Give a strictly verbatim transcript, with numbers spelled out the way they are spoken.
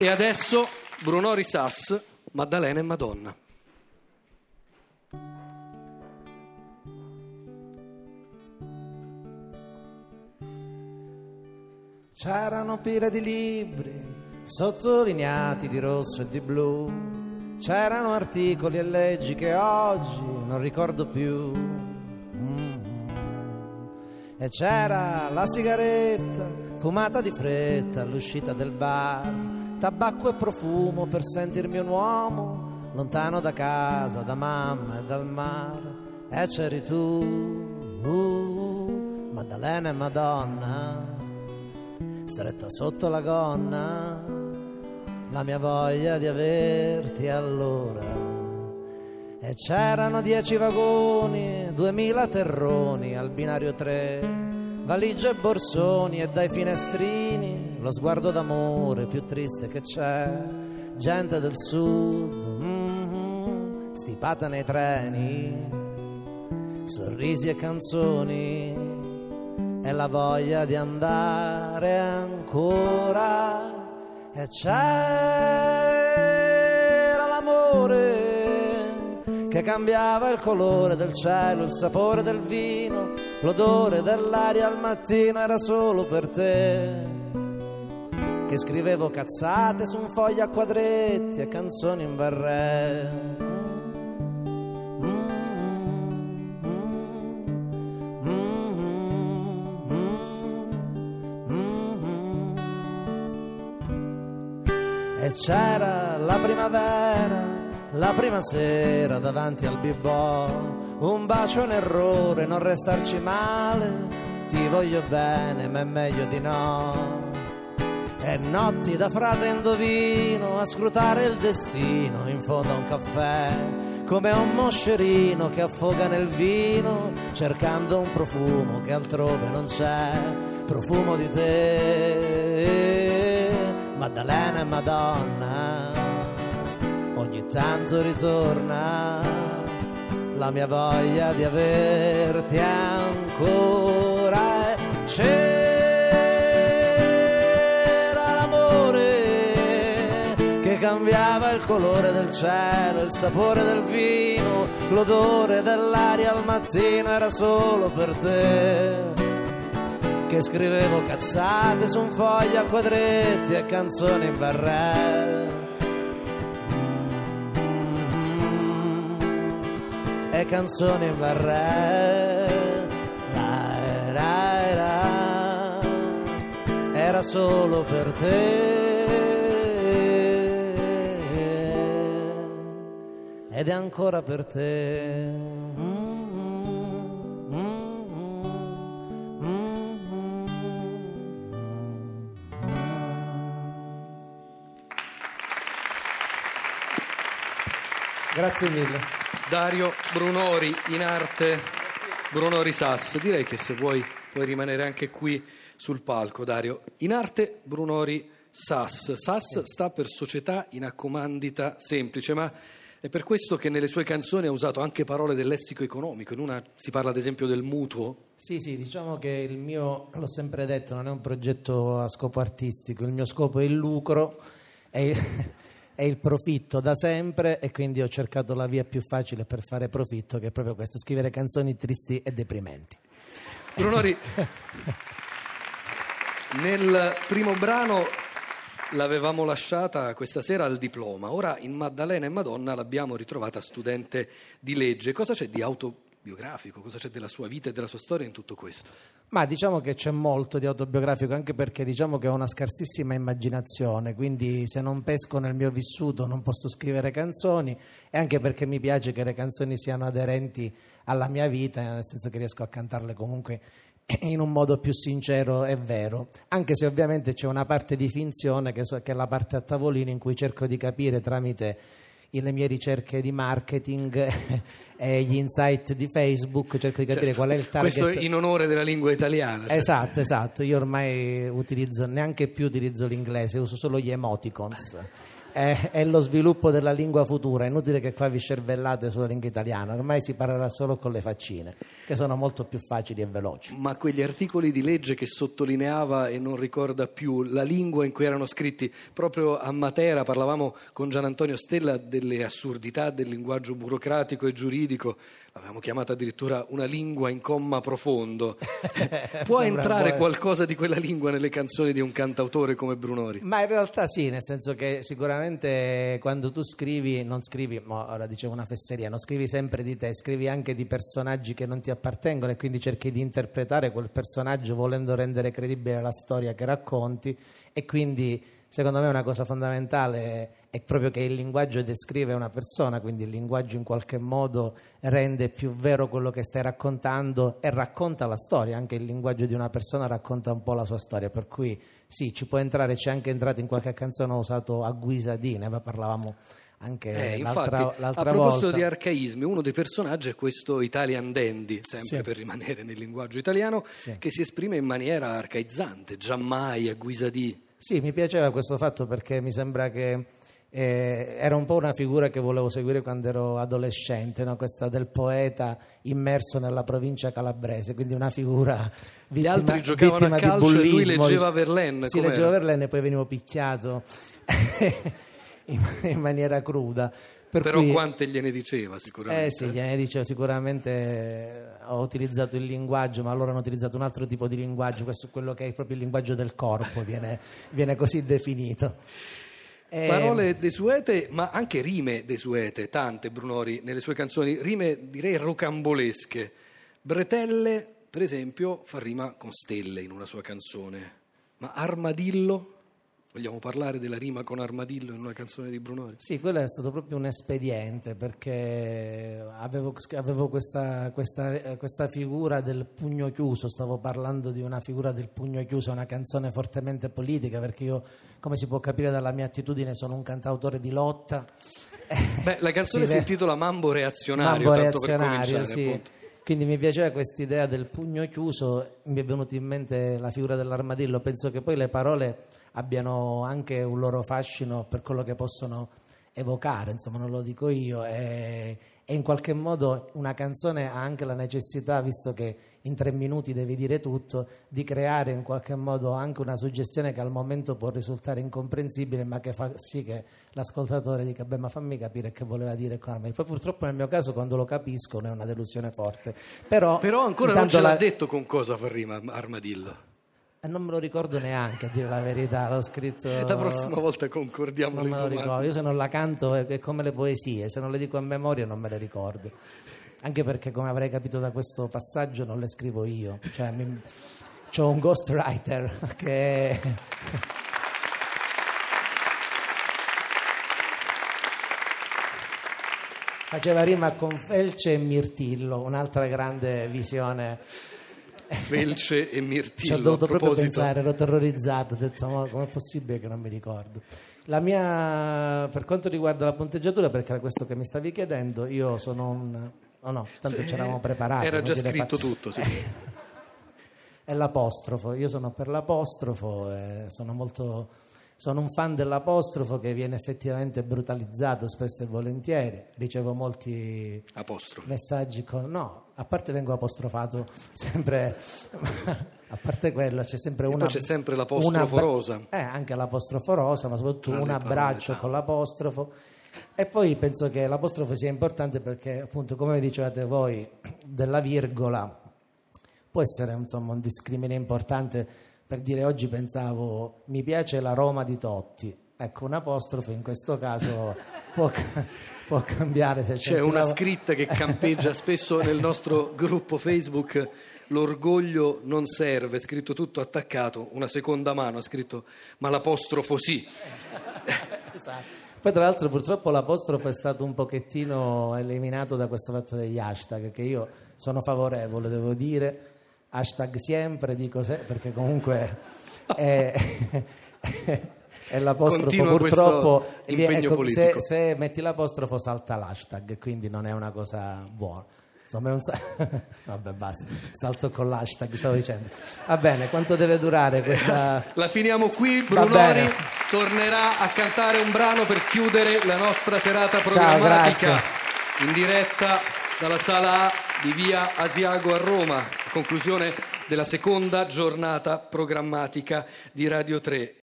E adesso Brunori Sass, Maddalena e Madonna. C'erano pile di libri sottolineati di rosso e di blu, c'erano articoli e leggi che oggi non ricordo più. Mm-hmm. E c'era la sigaretta fumata di fretta all'uscita del bar, tabacco e profumo per sentirmi un uomo lontano da casa, da mamma e dal mare. E c'eri tu, uh, Maddalena e Madonna, stretta sotto la gonna, la mia voglia di averti allora. E c'erano dieci vagoni, duemila terroni al binario tre, valigie e borsoni, e dai finestrini lo sguardo d'amore più triste che c'è. Gente del sud, mm-hmm, stipata nei treni, sorrisi e canzoni, e la voglia di andare ancora. E c'era l'amore che cambiava il colore del cielo, il sapore del vino, l'odore dell'aria al mattino. Era solo per te che scrivevo cazzate su un foglio a quadretti e canzoni in barré. E c'era la primavera, la prima sera davanti al bibò, un bacio, un errore, non restarci male, ti voglio bene ma è meglio di no. E notti da frate indovino a scrutare il destino in fondo a un caffè, come un moscerino che affoga nel vino cercando un profumo che altrove non c'è, profumo di te, Maddalena e Madonna. Ogni tanto ritorna la mia voglia di averti ancora. E c'era l'amore che cambiava il colore del cielo, il sapore del vino, l'odore dell'aria al mattino. Era solo per te che scrivevo cazzate su un foglio a quadretti e canzoni in barré. E canzoni in barré, la, la, la, era solo per te, ed è ancora per te. Mm, mm, mm, mm, Grazie mille. Dario Brunori, in arte Brunori Sass. Direi che se vuoi puoi rimanere anche qui sul palco, Dario. In arte Brunori Sass. Sass sta per Società in Accomandita Semplice, ma è per questo che nelle sue canzoni ha usato anche parole del lessico economico. In una si parla ad esempio del mutuo. Sì, sì, diciamo che il mio, l'ho sempre detto, non è un progetto a scopo artistico, il mio scopo è il lucro, è il... è il profitto da sempre, e quindi ho cercato la via più facile per fare profitto, che è proprio questo: scrivere canzoni tristi e deprimenti. Brunori, nel primo brano l'avevamo lasciata questa sera al diploma, ora in Maddalena e Madonna l'abbiamo ritrovata studente di legge. Cosa c'è di autobiografico, cosa c'è della sua vita e della sua storia in tutto questo? Ma diciamo che c'è molto di autobiografico, anche perché diciamo che ho una scarsissima immaginazione, quindi se non pesco nel mio vissuto non posso scrivere canzoni, e anche perché mi piace che le canzoni siano aderenti alla mia vita, nel senso che riesco a cantarle comunque in un modo più sincero e vero, anche se ovviamente c'è una parte di finzione che, so, che è la parte a tavolino, in cui cerco di capire tramite le mie ricerche di marketing e gli insight di Facebook, cerco di capire certo, qual è il target. Questo in onore della lingua italiana. Certo. Esatto, esatto. Io ormai utilizzo, neanche più utilizzo l'inglese, uso solo gli emoticons. è, è lo sviluppo della lingua futura. È inutile che qua vi cervellate sulla lingua italiana, ormai si parlerà solo con le faccine, che sono molto più facili e veloci. Ma quegli articoli di legge che sottolineava e non ricorda più la lingua in cui erano scritti, proprio a Matera parlavamo con Gian Antonio Stella delle assurdità del linguaggio burocratico e giuridico, l'avevamo chiamata addirittura una lingua in comma profondo. Può entrare qualcosa di quella lingua nelle canzoni di un cantautore come Brunori? Ma in realtà sì, nel senso che sicuramente quando tu scrivi, non scrivi, ora dicevo una fesseria, non scrivi sempre di te, scrivi anche di personaggi che non ti appartengono e quindi cerchi di interpretare quel personaggio volendo rendere credibile la storia che racconti, e quindi secondo me una cosa fondamentale è proprio che il linguaggio descrive una persona, quindi il linguaggio in qualche modo rende più vero quello che stai raccontando e racconta la storia. Anche il linguaggio di una persona racconta un po' la sua storia, per cui sì, ci può entrare, c'è anche entrato in qualche canzone, ho usato a guisa di, ne parlavamo anche eh, l'altra, infatti, l'altra a proposito volta. di arcaismi, uno dei personaggi è questo Italian Dandy, sempre sì. per rimanere nel linguaggio italiano, sì. che si esprime in maniera arcaizzante, giammai, a guisa di. Sì, mi piaceva questo fatto perché mi sembra che eh, era un po' una figura che volevo seguire quando ero adolescente, no? Questa del poeta immerso nella provincia calabrese, quindi una figura vittima, Gli altri giocavano a calcio e lui leggeva Verlaine. Sì, com'era? leggeva Verlaine e poi venivo picchiato in, in maniera cruda. Per Però cui, quante gliene diceva sicuramente? Eh sì, gliene diceva sicuramente. Ho utilizzato il linguaggio, ma loro hanno utilizzato un altro tipo di linguaggio, questo è quello che è proprio il linguaggio del corpo, viene, viene così definito. E... Parole desuete, ma anche rime desuete, tante Brunori nelle sue canzoni, rime direi rocambolesche. Bretelle, per esempio, fa rima con stelle in una sua canzone, ma armadillo? Vogliamo parlare della rima con armadillo in una canzone di Brunori? Sì, quello è stato proprio un espediente, perché avevo, avevo questa, questa, questa figura del pugno chiuso, stavo parlando di una figura del pugno chiuso, una canzone fortemente politica, perché io, come si può capire dalla mia attitudine, sono un cantautore di lotta. Beh, la canzone si, si intitola Mambo Reazionario, Mambo tanto reazionario, per sì. appunto. Quindi mi piaceva questa idea del pugno chiuso, mi è venuta in mente la figura dell'armadillo, penso che poi le parole abbiano anche un loro fascino per quello che possono evocare, insomma non lo dico io, e, e in qualche modo una canzone ha anche la necessità, visto che in tre minuti devi dire tutto, di creare in qualche modo anche una suggestione che al momento può risultare incomprensibile, ma che fa sì che l'ascoltatore dica beh, ma fammi capire che voleva dire qua. Poi purtroppo nel mio caso quando lo capiscono è una delusione forte, però, però ancora non ce la... l'ha detto con cosa fa rima armadillo. E non me lo ricordo neanche, a dire la verità, l'ho scritto. La prossima volta concordiamo. Non me lo ricordo, io se non la canto è come le poesie, se non le dico a memoria non me le ricordo. Anche perché, come avrei capito da questo passaggio, non le scrivo io. Cioè, mi... c'ho un ghostwriter che. Faceva rima con felce e mirtillo, un'altra grande visione. Felce e mirtillo. Ci ho dovuto proprio pensare, ero terrorizzato, ho detto ma com'è possibile che non mi ricordo. La mia, per quanto riguarda la punteggiatura, perché era questo che mi stavi chiedendo, io sono un no no, tanto sì, ci eravamo preparati. Era già scritto fa... tutto, sì. È l'apostrofo, io sono per l'apostrofo e sono molto sono un fan dell'apostrofo che viene effettivamente brutalizzato spesso e volentieri, ricevo molti Apostrofi. messaggi con no, a parte vengo apostrofato sempre, a parte quello c'è sempre una, c'è sempre l'apostrofo una, rosa, eh, anche l'apostrofo rosa, ma soprattutto ah, un abbraccio con l'apostrofo. E poi penso che l'apostrofo sia importante perché, appunto, come dicevate voi, della virgola può essere insomma un discrimine importante. Per dire, oggi pensavo mi piace la Roma di Totti, ecco, un apostrofo in questo caso può, può cambiare. Se c'è una la... scritta che campeggia spesso nel nostro gruppo Facebook: l'orgoglio non serve, scritto tutto attaccato, una seconda mano ha scritto ma l'apostrofo sì. Esatto. Poi tra l'altro purtroppo l'apostrofo è stato un pochettino eliminato da questo fatto degli hashtag, che io sono favorevole, devo dire, hashtag sempre, dico se, perché comunque è, è l'apostrofo. Continua purtroppo impegno ecco, se, se metti l'apostrofo salta l'hashtag, quindi non è una cosa buona. Insomma è un sa- vabbè basta, salto con l'hashtag, stavo dicendo. Va bene, quanto deve durare questa... La finiamo qui, Brunori. tornerà a cantare un brano per chiudere la nostra serata programmatica. Ciao, in diretta dalla sala A di via Asiago a Roma, a conclusione della seconda giornata programmatica di Radio tre.